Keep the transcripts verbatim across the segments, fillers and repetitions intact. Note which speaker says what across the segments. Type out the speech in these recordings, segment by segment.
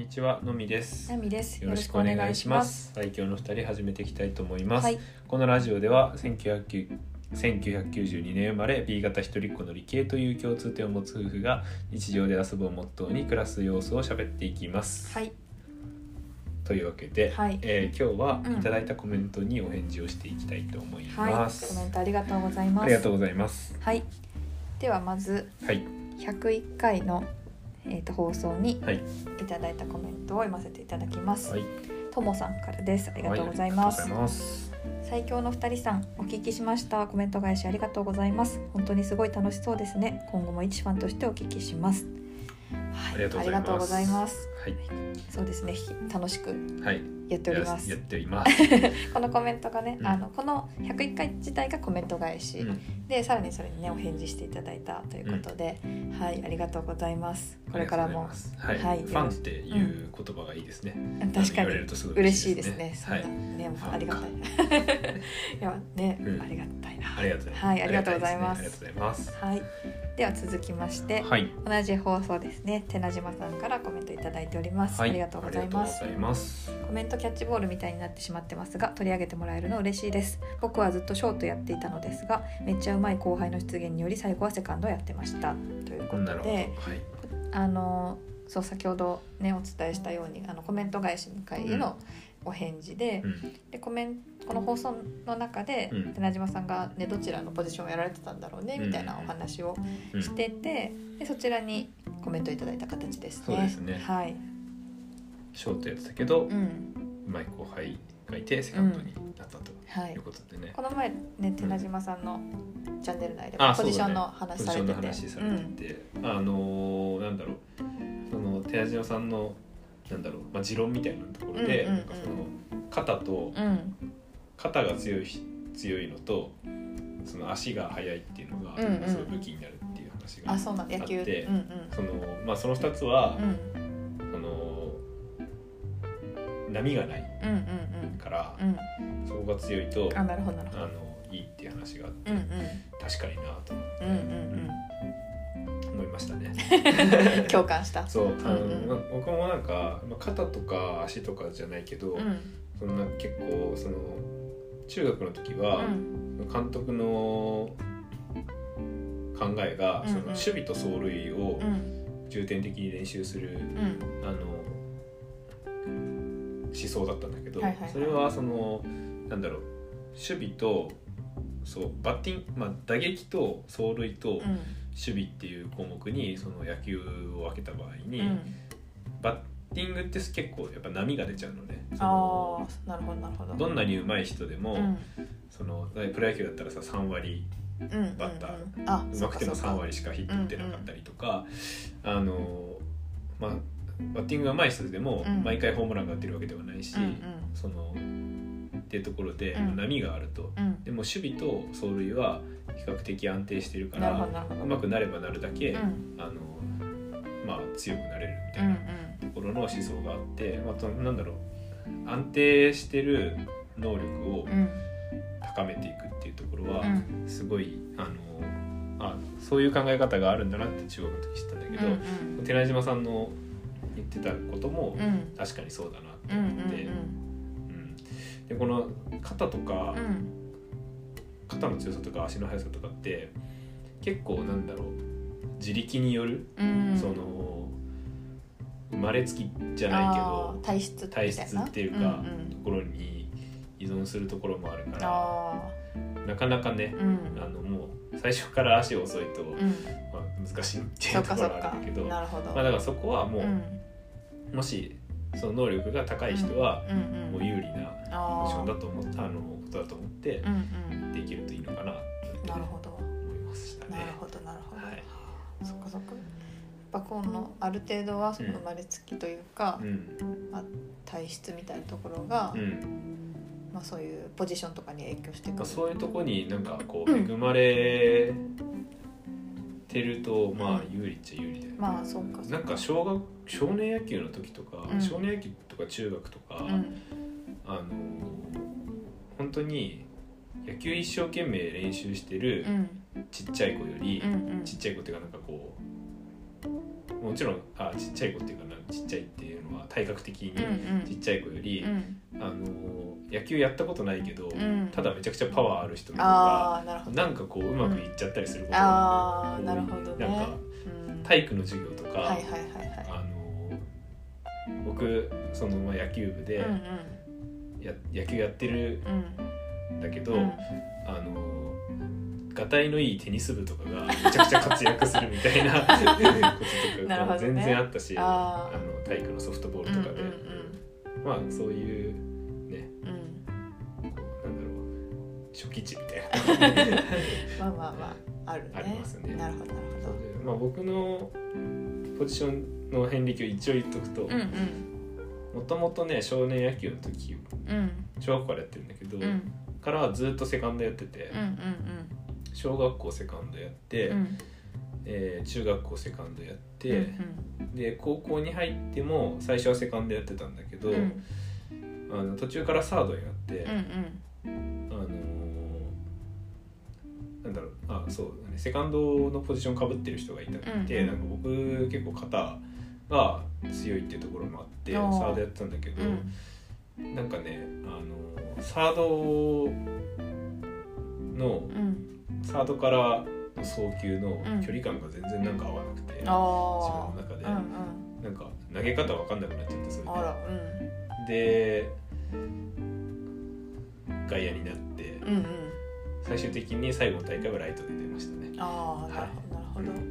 Speaker 1: ちは、のみです。
Speaker 2: なみです。
Speaker 1: よろしくお願いします。最強のふたり始めていきたいと思います。
Speaker 2: はい、
Speaker 1: このラジオではせんきゅうひゃくきゅうじゅうにねん生まれ ビー 型一人っ子の理系という共通点を持つ夫婦が日常で遊ぶをモットーに暮らす様子を喋っていきます。
Speaker 2: はい、
Speaker 1: というわけで、
Speaker 2: はい、
Speaker 1: えー、今日はいただいたコメントにお返事をしていきたいと思います。
Speaker 2: はい、コメントありがとうございます。
Speaker 1: ありがとうございます。
Speaker 2: はい、ではまず、はい、ひゃくいっかいのえー、と放送にいただいたコメントを読ませていただきます。はい、ともさんからです。ありがとうございます。はい、ありがとうございます。最強のふたりさん、お聞きしました。コメント返しありがとうございます。本当にすごい楽しそうですね。今後も一ファンとしてお聞きします。はい、ありがとうございます。はい、そうですね、楽しくやっております。
Speaker 1: はい、やっております
Speaker 2: このコメントがね、うん、あのこのひゃくいっかい自体がコメント返し、うん、でさらにそれにねお返事していただいたということで、うん、はい、ありがとうございます。これからも、
Speaker 1: はいはい、ファンっていう言葉がいいですね。
Speaker 2: うん、確かに嬉しいですね。そんなね、
Speaker 1: はい、
Speaker 2: ありがたい。いやね、うん、ありがたいな。
Speaker 1: ありがとうございます。
Speaker 2: はい、ありがとうございます。
Speaker 1: ありがとうございます。
Speaker 2: はい。では続きまして、はい、同じ放送ですね、手名島さんからコメントいただいております。はい、ありがとうございます。ますコメントキャッチボールみたいになってしまってますが、取り上げてもらえるの嬉しいです。僕はずっとショートやっていたのですが、めっちゃうまい後輩の出現により最後はセカンドやってましたということで、はい、あのそう先ほどねお伝えしたように、あのコメント返しの回へのお返事で、うん、でコメンこの放送の中で、うん、手名島さんが、ね、どちらのポジションをやられてたんだろうね、うん、みたいなお話をしてて、うん、でそちらにコメントいただいた形ですね。
Speaker 1: そうですね、
Speaker 2: はい、
Speaker 1: ショートやってたけど、うん、うまい後輩がいてセカンドになったということでね、
Speaker 2: はい、この前ね手名島さんのチャンネル内でもポジションの話されてて、
Speaker 1: ポジションの話されてて、うん、あのー、なんだろう、その手名島さんのなんだろう、まあ、持論みたいなところで、うんうんうん、なんかその肩と、うん、肩が強い強いのとその足が速いっていうのが、うんうん、すごい武器になるっていう話があって、あ、そうなん、野球、うんうん、そのまあそのふたつは、うん、あの波がないから、うんうんうん、そこが強いと、
Speaker 2: あ、なるほどなるほど、
Speaker 1: あのいいっていう話があって、
Speaker 2: うんうん、
Speaker 1: 確かになと思って、
Speaker 2: うんうんうん
Speaker 1: 思いましたね。
Speaker 2: 共感した。
Speaker 1: そう、あの、うんうん、僕もなんか肩とか足とかじゃないけど、うん、そんな結構その中学の時は、うん、監督の考えが、うんうん、その守備と走塁を重点的に練習する、うん、あの思想だったんだけど、はいはいはい、それはそのなんだろう、守備とそうバッティング、まあ、打撃と走塁と、うん、守備っていう項目にその野球を分けた場合に、うん、バッティングって結構やっぱ波が出ちゃうのね。その
Speaker 2: あ、なるほどなるほど。
Speaker 1: どんなに上手い人でも、うん、そのプロ野球だったらささんわりバッター、うんうんうん、上手くてもさんわりしかヒット打ってなかったりとか、うんうん、あのまあバッティングが上手い人でも毎回ホームランが打ってるわけではないし、うんうん、そのっていうところで、うん、波があると、うん、でも守備と走塁は比較的安定しているから、うまくなればなるだけ、うん、あのまあ、強くなれるみたいなところの思想があって、うんうん、まあ、なんだろう、安定してる能力を高めていくっていうところは、うん、すごいあのあそういう考え方があるんだなって中学の時知ったんだけど、うんうん、寺島さんの言ってたことも確かにそうだなって思って、うんうんうん、でこの肩とか、うん、肩の強さとか足の速さとかって結構なんだろう、自力による、うん、その生まれつきじゃないけど
Speaker 2: 体質みたいな、
Speaker 1: 体質っていうか、うんうん、ところに依存するところもあるから、なかなかね、うん、あのもう最初から足遅いと、うん、まあ、難しいっていうところはあるんだけど、
Speaker 2: なるほど、
Speaker 1: まあ、だからそこはもう、うん、もしその能力が高い人はもう有利なポジションだと思って、あのことだと思ってできるといいのかなって思いましたね。
Speaker 2: なるほどなるほど、はい、そっかそっか。やっぱこのある程度はその生まれつきというか、うん、まあ、体質みたいなところが、うん、まあ、そういうポジションとかに影響してくる、まあ、
Speaker 1: そういうところになんかこう恵まれてると、うん、まあ有利っちゃ有利だよね。
Speaker 2: まあそうか。
Speaker 1: なんか小学少年野球の時とか、うん、少年野球とか中学とか、うん、あの本当に野球一生懸命練習してるちっちゃい子より、うんうん、ちっちゃい子っていうかなんかこうもちろんあちっちゃい子っていうかなちっちゃいっていうのは体格的にちっちゃい子より、うんうん、あの野球やったことないけど、うん、ただめちゃくちゃパワーある人の方がなんかこううまくいっちゃったりすることが多い、うん、あなるほどね、なんか体育の授業とか、はいはいはいはい、あの僕そのまあ野球部で、うんうん、や野球やってるんだけど、うん、あのがたいのいいテニス部とかがめちゃくちゃ活躍するみたいなこととか全然あったし、あの体育のソフトボールとかで、うんうんうん、まあそういうね、うん、こうなんだろう初期値みたいな
Speaker 2: まあまあまああるね、
Speaker 1: ありますね。
Speaker 2: なるほどなるほど。
Speaker 1: まあ、僕のポジションの遍歴を一応言っとくと、もともとね少年野球の時、うん、小学校からやってるんだけど、うん、からずっとセカンドやってて、うんうんうん、小学校セカンドやって、うんえー、中学校セカンドやって、うんうん、で高校に入っても最初はセカンドやってたんだけど、うん、あの途中からサードになって、うんうん、あのー、なんだろうあそう、ね、セカンドのポジションかぶってる人がいたので、うんうん、なんか僕結構肩が強いっていうところもあってサードやってたんだけど、うん、なんかね、あのー、サードの、うんサードからの送球の距離感が全然なんか合わなくて、うん、自分の中で、うんうん、なんか投げ方わかんなくなっちゃってそれで、あら、うん、で外野になって、うんうん、最終的に最後の大会はライトで出ましたね。
Speaker 2: ああ、はい、なるほどなるほど、うん、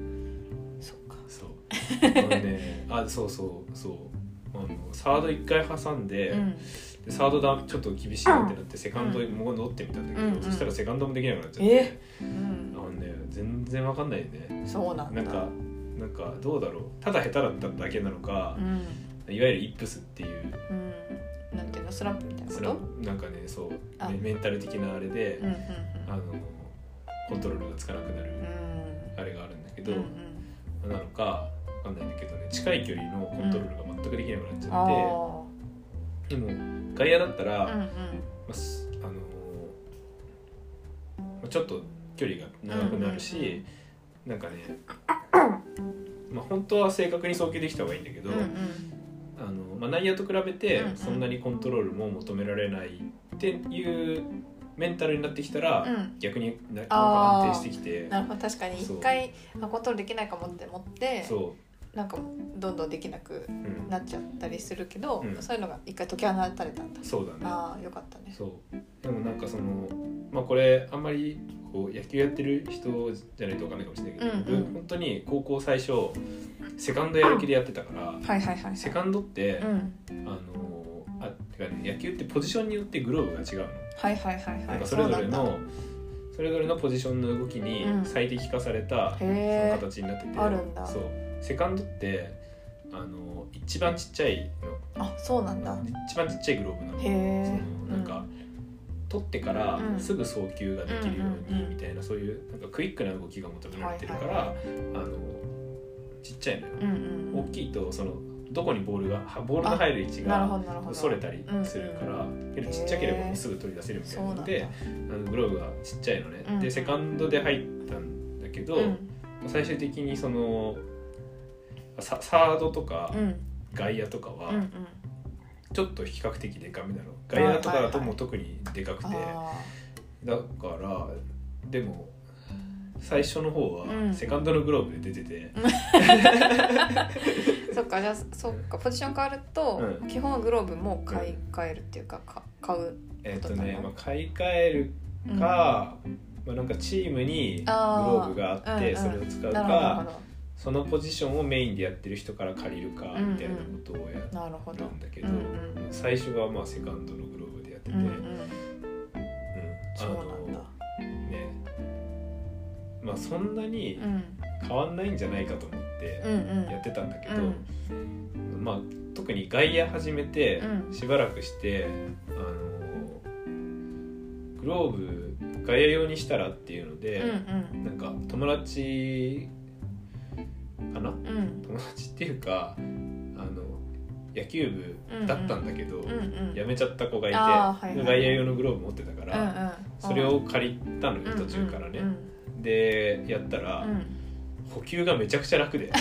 Speaker 2: そっか
Speaker 1: そうあのねあそうそうそうあのサード一回挟んで、うんでサードだちょっと厳しいなってなってセカンドに戻ってみたんだけど、うん、そしたらセカンドもできなくなっちゃって、えうん、あのね全然わかんないね。
Speaker 2: そうなんだ。
Speaker 1: なんかなんかどうだろうただ下手だっただけなのか、うん、いわゆるイップスっていう、
Speaker 2: うん、なんていうのスランプみたいなこと
Speaker 1: なんかねそうメンタル的なあれで、うんうんうん、あのコントロールがつかなくなる、うん、あれがあるんだけど、うんうん、なのかわかんないんだけどね近い距離のコントロールが全くできなくなっちゃって、うん、でも外野だったら、うんうんまあ、あのー、ちょっと距離が長くなるし、うんうんうん、なんかね、まあ、本当は正確に送球できた方がいいんだけど、うんうんあのまあ、内野と比べてそんなにコントロールも求められないっていうメンタルになってきたら、うん、逆になんか安定してきて
Speaker 2: なるほど確かに一回コントロールできないかもって思ってそうなんかどんどんできなくなっちゃったりするけど、うん、そういうのが一回解き放たれたんだ。
Speaker 1: そうだね。
Speaker 2: ああよかったね。
Speaker 1: そうでもなんかそのまあこれあんまりこう野球やってる人じゃないと分かんないかもしれないけど、うんうん、僕本当に高校最初セカンドやる気でやってたから、はいはいはいはい、セカンドって、うん、あのあてかね野球ってポジションによってグローブが違うの。はいはいはいはい。なんかそれぞれのそれぞれのポジションの動きに最適化された、うん、その形になってて、
Speaker 2: あるんだ。
Speaker 1: そうセカンドってあの一番ちっちゃい
Speaker 2: の。あそうなんだ。
Speaker 1: 一番ちっちゃいグローブなの。へそのなんか、うん、取ってからすぐ送球ができるようにみたいな、うん、そういうなんかクイックな動きが求められてるから、はいはい、あのちっちゃいのよ、うんうん、大きいとそのどこにボールがボールが入る位置がそれたりするから、けどちっちゃければすぐ取り出せるみたいなので、あのグローブがちっちゃいのね、うん、でセカンドで入ったんだけど、うん、最終的にその サ, サードとか外野とかはちょっと比較的でかめだろう。外野とかだともう特にでかくて、だからでも最初の方はセカンドのグローブで出てて、うん、
Speaker 2: そっかじゃあそっかポジション変わると、うん、基本はグローブも買い替えるっていうか、か買う
Speaker 1: えっとね、まあ、買い替えるか、うんまあ、なんかチームにグローブがあってそれを使うか、うんうん、そのポジションをメインでやってる人から借りるかみたいなことをやるんだけど、うんうん、最初はまあセカンドのグローブでやってて、うんうんうん、
Speaker 2: そうなんだ
Speaker 1: ね、まあそんなに変わんないんじゃないかと思ってやってたんだけど、うんうん、まあ特に外野始めてしばらくして、うん、あのグローブ外野用にしたらっていうので、うんうん、なんか友達かな、うん、友達っていうかあの野球部だったんだけど、うんうん、辞めちゃった子がいて、はいはい、外野用のグローブ持ってたから、うんうん、それを借りたのよ途中からね、うんうん、でやったら、うん、 呼吸がめちゃくちゃ楽で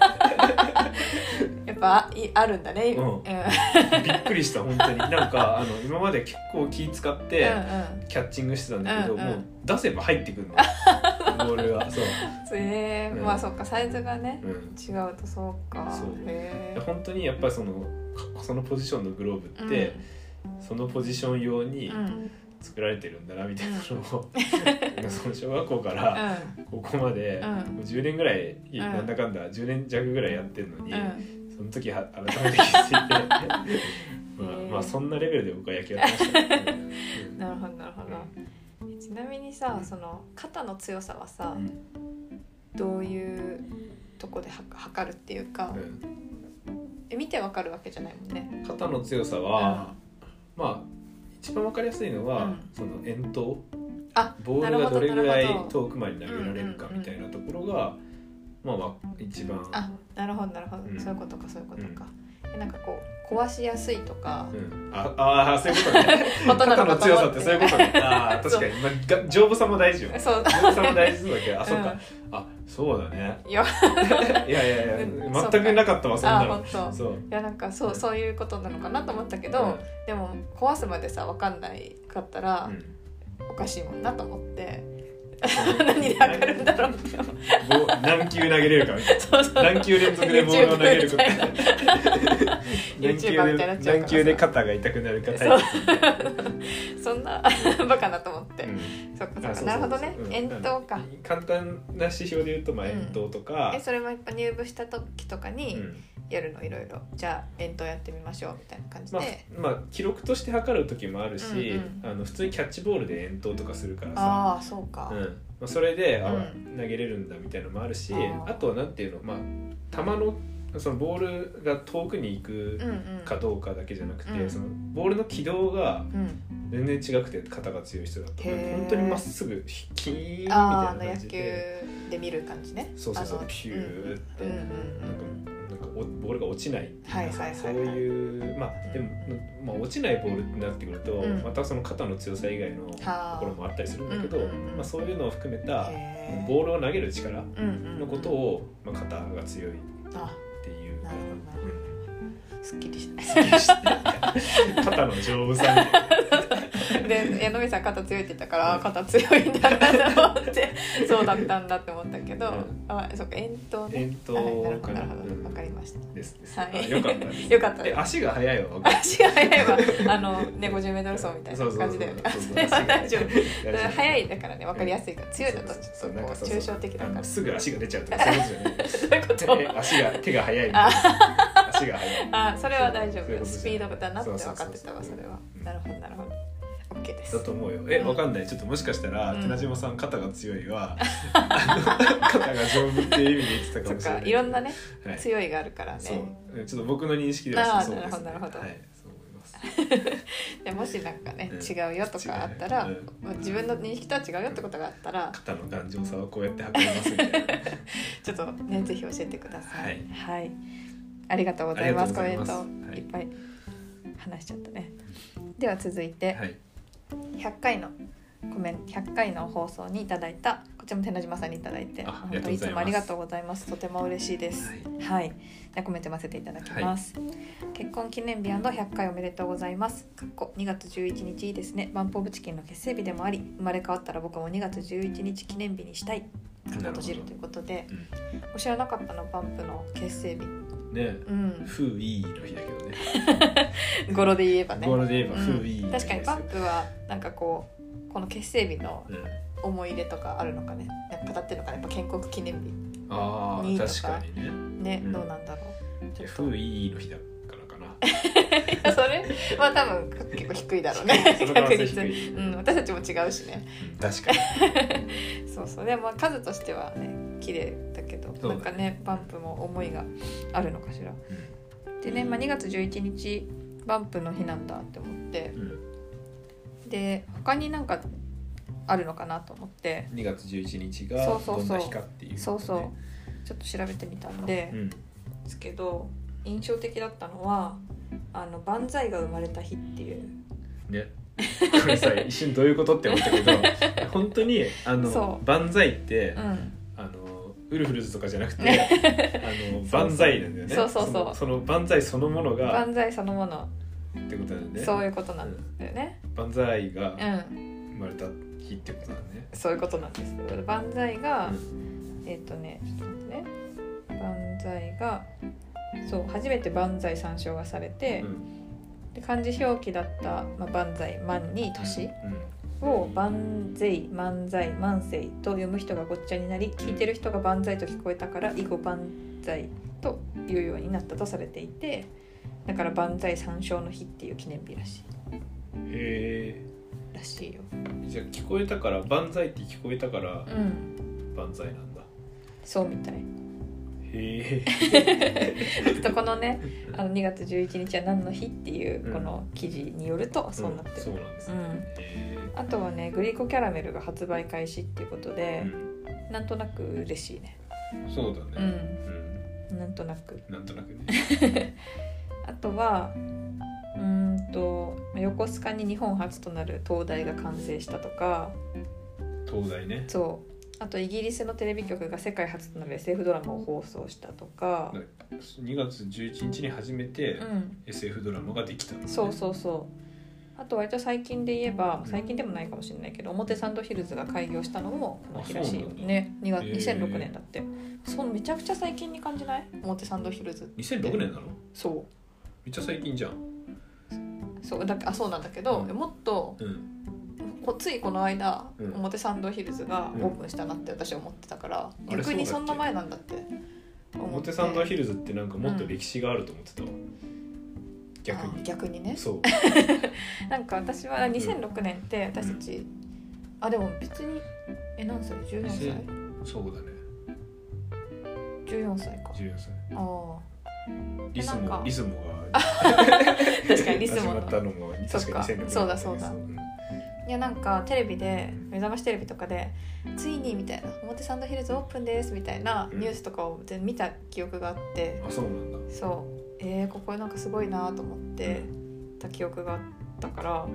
Speaker 2: やっぱいあるんだね、
Speaker 1: うんうん、びっくりした本当になんかあの今まで結構気使ってキャッチングしてたんだけど、うんうん、もう出せば入ってくるのボールがそう
Speaker 2: えーうん、まあそっかサイズがね、うん、違うとそうかそう
Speaker 1: へ本当にやっぱりそのそのポジションのグローブって、うん、そのポジション用に作られてるんだなみたいなのを、うん、その小学校からここまで、うん、じゅうねんぐらい、うん、なんだかんだじゅうねん弱ぐらいやってるのに、うん、その時は改めて気づいてまあ、まあそんなレベルで僕は野球やってました、ね
Speaker 2: うん、なるほどなるほど、うん、ちなみにさその肩の強さはさ、うん、どういうとこで測るっていうか、うん、え見てわかるわけじゃないもんね。
Speaker 1: 肩の強さは、うん、まあ一番わかりやすいのは、うん、その遠投あボールがどれぐらい遠くまで投げられるかみたいなところが、まあ一番
Speaker 2: あなるほどなるほど、うん、そういうことかそういうことか、うん、なんかこう壊しやすいとか、うん、
Speaker 1: ああそういうことね肩の強さってそういうことねあ確かに、まあ、丈夫さも大事よそう丈夫さも大事だけどあそうか、うん、あそうだねいやいやいやいや全くなかったわそんなの。あ本当そういやなんかそう、そういうことなのかなと思ったけど、うん、でも壊すまでさ分かんないかったら、うん、おかしいもんなと思って何で測るんだろうって何球投げれるかみたいなそうそう何球連続でボールを投げるか何球で何球で肩が痛くなるかタイ
Speaker 2: プそんなバカなと思って、うん、そっかそっかなるほどね、うん、遠投か
Speaker 1: 簡単な指標で言うとまあ遠投とか、
Speaker 2: うん、えそれもやっぱ入部した時とかにやるのいろいろじゃあ遠投やってみましょうみたいな感じで、
Speaker 1: まあ、まあ記録として測る時もあるし、うんうん、あの普通にキャッチボールで遠投とかするからさ
Speaker 2: ああそうか、うん
Speaker 1: まあ、それで、あ、うん、投げれるんだみたいなのもあるし あ, あとはなんていうのまあ球のそのボールが遠くに行くかどうかだけじゃなくて、うんうん、そのボールの軌道が全然違くて肩が強い人だと、うん、本当にまっすぐキーンみたいな感じで
Speaker 2: 野球で見る感じね
Speaker 1: そうそうそうピューって、うんうんうん、なんかなんかボールが落ちないっていうか、はいはいはいはい、そういうまあでも、まあ、落ちないボールになってくると、うん、またその肩の強さ以外のところもあったりするんだけど、うんうんうんまあ、そういうのを含めたボールを投げる力のことを、まあ、肩が強いっていう、
Speaker 2: なるほど、うん、すっきりしない
Speaker 1: 肩の丈夫さみたいな
Speaker 2: で矢野さん肩強いって言ったから、うん、肩強いんだなと思ってそうだったんだって思ったけど、うん、あそっか遠投ね
Speaker 1: 遠投かな、
Speaker 2: はい、なるほどなるほど、うん、分かりました
Speaker 1: ですです、
Speaker 2: はい、
Speaker 1: よかったです
Speaker 2: よかったです。
Speaker 1: 足が速いわ
Speaker 2: 足が速いわあのね ごじゅうメートル 走みたいな感じだよねそれは大丈夫速いだからね分かりやすいから強いだとちょっとこう抽象的だから
Speaker 1: すぐ足が出ちゃうとかそういうことじゃない足が手が速いみたいな足が速い
Speaker 2: あそれは大丈夫スピードだなって分かってたわそれはなるほどなるほどOK です
Speaker 1: だと思うよえ、わかんないちょっともしかしたら、うん、寺島さん肩が強いは肩が丈夫っていう意味で言ってたかもしれない
Speaker 2: いろんなね、はい、強いがあるからね
Speaker 1: そうちょっと僕の認識ではそうです、ね、
Speaker 2: なるほどなるほど、
Speaker 1: はい、そう思います
Speaker 2: でもしなんかね、うん、違うよとかあったら、うん、自分の認識とは違うよってことがあったら
Speaker 1: 肩の頑丈さはこうやって測りますみたいな
Speaker 2: ちょっとねぜひ教えてくださいはい、はい、ありがとうございますコメント、はい、いっぱい話しちゃったねでは続いて、はいひゃっかいのコメントひゃっかいの放送にいただいたこちらも寺島さんにいただいて本当いつもありがとうございますとても嬉しいです、はい、はい、でコメント読ませていただきます、はい、結婚記念日 &ひゃっかいおめでとうございますかっこにがつじゅういちにちいいですねバンプオブチキンの結成日でもあり生まれ変わったら僕もにがつじゅういちにち記念日にしたいかっこ閉じるということで、うん、知らなかったのバンプの結成日
Speaker 1: ね、うん、フーイーの日だけどね
Speaker 2: 語呂で言えばね
Speaker 1: 語呂で言えばフーイー、
Speaker 2: うん、確かにバンプはなんかこうこの結成日の思い入れとかあるのかねなんか語ってるのかねやっぱ建国記念日
Speaker 1: ああ確かに
Speaker 2: ねね、うん、どうなんだろう
Speaker 1: フーイーの日だからか
Speaker 2: なそれは多分結構低いだろうね確率、うん、私たちも違うしね
Speaker 1: 確かに
Speaker 2: そうそうでも数としてはね綺麗だけどなんかねバンプも思いがあるのかしら、うん、でね、まあ、にがつじゅういちにちバンプの日なんだって思って、うん、で他になんかあるのかなと思って
Speaker 1: にがつじゅういちにちがどんな日かっていう、ね、
Speaker 2: そうそうちょっと調べてみたんで、うん、ですけど印象的だったのはあの万歳が生まれた日っていう
Speaker 1: ねこれさ一瞬どういうことって思ったけど本当にあの万歳って、うん、あのウルフルズとかじゃなくてあの万歳なんだよね。
Speaker 2: そうそうそう、
Speaker 1: その、その万歳そのものが
Speaker 2: 万歳そのもの
Speaker 1: ってことなんだよね。
Speaker 2: そういうことなんだよね、
Speaker 1: うん、万歳が
Speaker 2: 生
Speaker 1: まれた日ってことなんだね、
Speaker 2: うん、そういうことなんです。万歳が、
Speaker 1: うん、
Speaker 2: えっ、ー、とねちょっと待ってね、万歳がそう初めて万歳参照がされて、うん、で漢字表記だった、まあ、万歳万に年を万歳万歳万世と読む人がごっちゃになり、聞いてる人が万歳と聞こえたから以後万歳というようになったとされていて、だから万歳参照の日っていう記念日らしい。
Speaker 1: へ
Speaker 2: ーらしいよ。
Speaker 1: じゃあ聞こえたから万歳って聞こえたから、
Speaker 2: うん、
Speaker 1: 万歳なんだ。
Speaker 2: そうみたい。
Speaker 1: へ
Speaker 2: えとこのねあのにがつじゅういちにちは何の日っていうこの記事によるとそうなってる、うん、
Speaker 1: そうなんですね、うん、へ
Speaker 2: あとはねグリコキャラメルが発売開始っていうことで、うん、なんとなく嬉しいね。
Speaker 1: そうだね、
Speaker 2: うん、なんとなく
Speaker 1: なんとなくね
Speaker 2: あとはうーんと横須賀に日本初となる灯台が完成したとか。
Speaker 1: 灯台ね。
Speaker 2: そうあとイギリスのテレビ局が世界初となる エスエフ ドラマを放送したとか、
Speaker 1: にがつじゅういちにちに初めて エスエフ ドラマができたの、ね、
Speaker 2: そうそうそう。あと割と最近で言えば、最近でもないかもしれないけど表参道ヒルズが開業したのもこの日らしいよね。にがつにせんろくねんだって。そうめちゃくちゃ最近に感じない？表参道ヒルズ
Speaker 1: にせんろくねんなの？
Speaker 2: そうめ
Speaker 1: っちゃ最近じゃん。
Speaker 2: そうだあそうなんだけど、うん、もっと、うんついこの間、うん、表参道ヒルズがオープンしたなって私は思ってたから、うん、逆にそんな前なんだって
Speaker 1: 表参道ヒルズってなんかもっと歴史があると思ってたわ、うん、逆に
Speaker 2: 逆にね
Speaker 1: そう
Speaker 2: なんか私はにせんろくねんって私たち、うん、あでも別にえ何歳じゅうよんさい
Speaker 1: そうだね
Speaker 2: じゅうよんさいか
Speaker 1: じゅうよんさい
Speaker 2: あ
Speaker 1: リスモリスモ
Speaker 2: が確かにリスモ
Speaker 1: 始まったのも確かににせんろくねん
Speaker 2: そうだそうだ、うんいやなんかテレビで目覚ましテレビとかでついにみたいな表参道ヒルズオープンですみたいなニュースとかを全見た記憶があって、
Speaker 1: うん、あそうなんだ
Speaker 2: そうえー、ここなんかすごいなと思ってた記憶があったから、うん、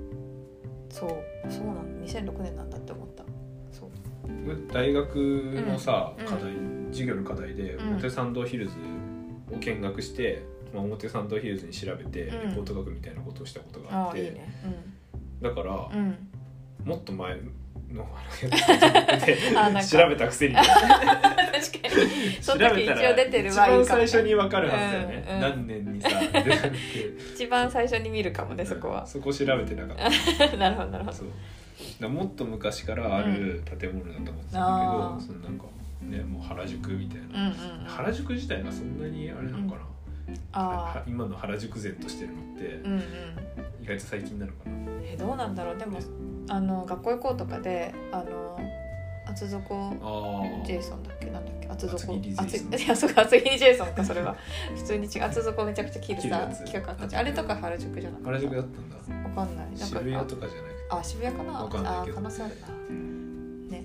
Speaker 2: そうそうなんにせんろくねんなんだって思った。そう
Speaker 1: 大学のさ、うん、課題、うん、授業の課題で表参道ヒルズを見学して、まあ、表参道ヒルズに調べてレポート書くみたいなことをしたことがあって、うん、あいいねうんだから、うん、もっと前のやつ調べたくせに確
Speaker 2: かにその時一応出てる
Speaker 1: わ一番最初に分かるはずだよね、うんうん、何年にさ
Speaker 2: 一番最初に見るかもねそこは、うん、
Speaker 1: そこ調べてなかった
Speaker 2: なるほどなるほど。
Speaker 1: そうだもっと昔からある建物だと思ってたんだけど、うん、そのなんかねもう原宿みたいな、うんうん、原宿自体がそんなにあれなのかな、うん、あ今の原宿然としてるのって、うんうん、意外と最近なのかな。
Speaker 2: えどうなんだろう。でもあの学校行こうとかであの厚底ジェイソンだっけなんだっけ厚底厚いやそうか厚切りジェイソンかそれは普通に違う厚底めちゃくちゃ着るさ企画あったじゃん。あれとか原宿じゃなくて
Speaker 1: 原宿だったんだ。
Speaker 2: わかんない。なんか
Speaker 1: 渋谷とかじゃない。
Speaker 2: あ渋谷かな。
Speaker 1: わかんないけど。
Speaker 2: あ可能性あるな。ね。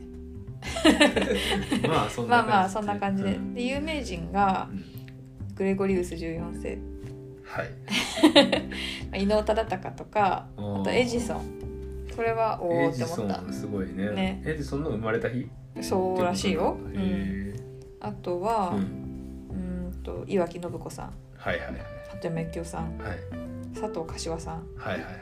Speaker 1: まあそんな感じ。
Speaker 2: まあまあそんな感じで、うん、で有名人が、うん、グレゴリウスじゅうよんせい。
Speaker 1: はい
Speaker 2: 伊能忠敬とかあとエジソンこれはおーって思った。
Speaker 1: エジソンすごい ね, ねエジソンの生まれた日
Speaker 2: そうらしいよ、うん、あとは、うん、うんと岩城信子さん
Speaker 1: はいはいはい
Speaker 2: 鳩山由紀夫さん、
Speaker 1: はい、
Speaker 2: 佐藤柏さん
Speaker 1: はいはいはい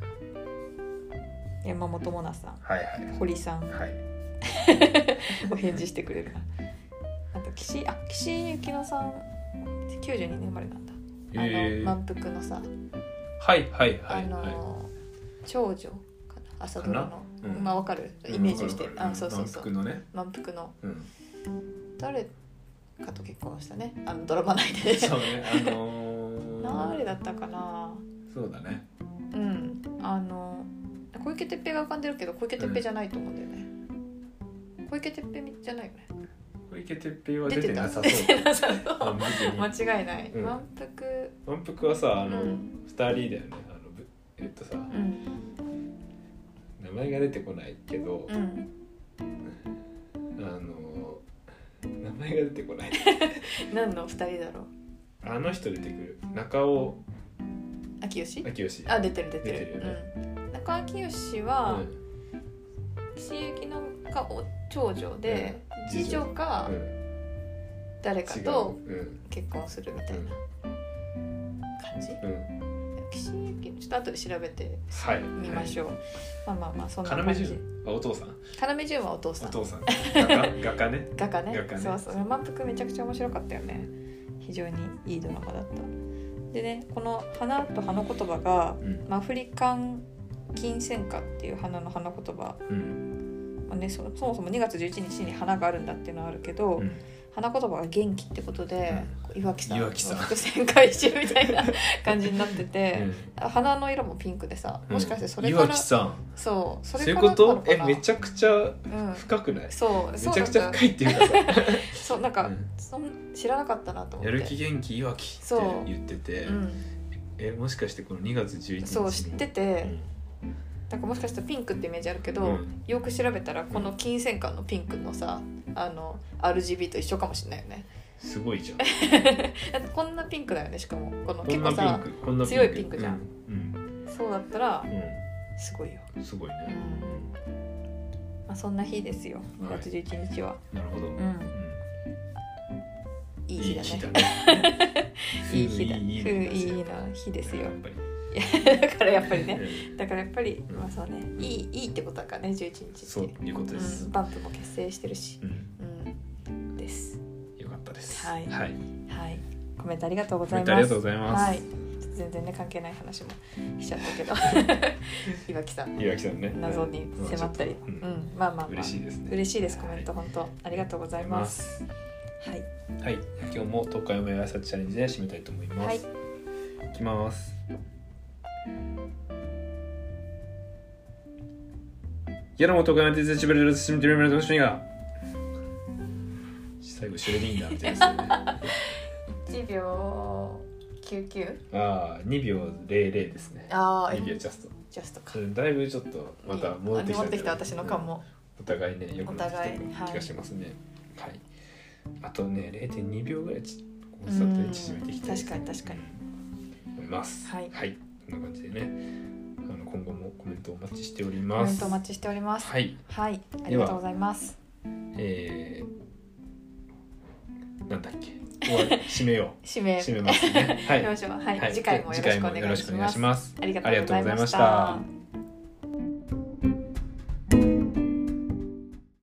Speaker 2: 山本萌奈さん、
Speaker 1: はいはい、
Speaker 2: 堀さん、
Speaker 1: はい、
Speaker 2: お返事してくれるな。あと岸あ岸由紀乃さんきゅうじゅうにねん生まれなんだ。あの、えー、満腹のさ
Speaker 1: はいはいはい、
Speaker 2: あの、はい、長女かな朝ドラの、うん、まあわかるイメージしてる、うん、あそうそうそう
Speaker 1: 満腹のね
Speaker 2: 満腹の、
Speaker 1: うん、
Speaker 2: 誰かと結婚したねあのドラマ内で
Speaker 1: そうねあの
Speaker 2: ー、誰だったかな。
Speaker 1: そうだね
Speaker 2: うんあの小池徹平が浮かんでるけど小池徹平じゃないと思うんだよね、うん、小池徹平じゃないよね。
Speaker 1: 小池徹平は出てなさそう
Speaker 2: 間違いない、うん、満腹
Speaker 1: 満腹はさあの、うん、ふたりだよねあのえっとさ、うん、名前が出てこないけど、うん、あの名前が出てこない
Speaker 2: 何のふたりだろう。
Speaker 1: あの人出てくる中尾
Speaker 2: 明義
Speaker 1: 明義
Speaker 2: あ出てる出てる
Speaker 1: 出てるよね、
Speaker 2: うん、中尾明義は、うん、岸由紀乃が長女で、うん、次女が、うん、 誰かと結婚するみたいな感じ、うん、騎士駅ちょっと後で調べてみましょう、はいはい、まあまあまあそんな感じ。
Speaker 1: あ、お父さん。
Speaker 2: 要潤はお父さん。
Speaker 1: お父さん。画家、画家ね。
Speaker 2: 画家ね。画家ね。そうそう。満腹めちゃくちゃ面白かったよね。非常にいいドラマだった。でね、この花と花言葉が、うん、アフリカン金銭花っていう花の花言葉、うんまあね、そ, そもそもにがつじゅういちにちに花があるんだっていうのはあるけど、うん、花言葉が元気ってことで、うん、岩木さんの伏線回収みたいな感じになってて、うん、花の色もピンクでさ、もしかしてそれから、
Speaker 1: うん、岩木さん
Speaker 2: そうそ
Speaker 1: れからだったのかな。そういうこと？えめちゃくちゃ深くない？うん、そうめちゃくちゃ深いっていうかさ
Speaker 2: そうなんか、うん、そん知らなかったなと思って。
Speaker 1: やる気元気岩木って言ってて、うん、えもしかしてこのにがつじゅういちにち
Speaker 2: そう知ってて、うん、なんかもしかしたらピンクってイメージあるけど、うん、よく調べたらこの金銭感のピンクのさあの アールジービー と一緒かもしれないよね。
Speaker 1: すごいじゃん
Speaker 2: だってこんなピンクだよね。しかもこの結構さ強いピンクじゃん、うんうん、そうだったら、うん、すごいよ。
Speaker 1: すごいね、
Speaker 2: うんまあ、そんな日ですよにがつじゅういちにちは、はい、
Speaker 1: なるほど、うん
Speaker 2: いい日だね。いい日だ。いいな日ですよ。やっぱり。だからやっぱりね。だからやっぱりまあそうね。いいいいってことだからねじゅういちにちって。
Speaker 1: そういうことです。
Speaker 2: うん、バンプも結成してるし。うんうん、です。
Speaker 1: よかったです。
Speaker 2: はいはい、
Speaker 1: はい、
Speaker 2: コメントありがとうございます。
Speaker 1: ありがとうございます。
Speaker 2: はい。全然ね関係ない話もしちゃったけど岩木さん
Speaker 1: 岩木さんね
Speaker 2: 謎に迫ったり、うん、うん、まあまあまあ
Speaker 1: 嬉しいですね。
Speaker 2: 嬉しいですコメント、はい、本当ありがとうございます。はい、
Speaker 1: はい、今日も東海オンエア挨拶チャレンジで締めたいと思います。はい、いきます。やらも東海オンエアでしべる締めてるめるとしみが最後シュレディンガーみたいなや
Speaker 2: つね。いちびょうきゅうきゅう
Speaker 1: ああにびょうぜろぜろですね。ああにびょうジャスト
Speaker 2: ジャストか。
Speaker 1: だいぶちょっとまた戻ってきた、
Speaker 2: 戻ってきた私の感も
Speaker 1: お互いねよくなってきた気がしますね。はい、はい、あとね れいてんにびょうぐらいちこうさって縮めていきたい、
Speaker 2: 確かに確かに
Speaker 1: 思います。はい、はい、こんな感じでねあの今後もコメントお待ちしております。
Speaker 2: コメントお待ちしております。
Speaker 1: はい、
Speaker 2: はい、ありがとうございます。
Speaker 1: えー、なんだっけ締めよう
Speaker 2: 締め
Speaker 1: 締めますね。はい、
Speaker 2: はい、次回もよろしくお願いします。ありがとうございました。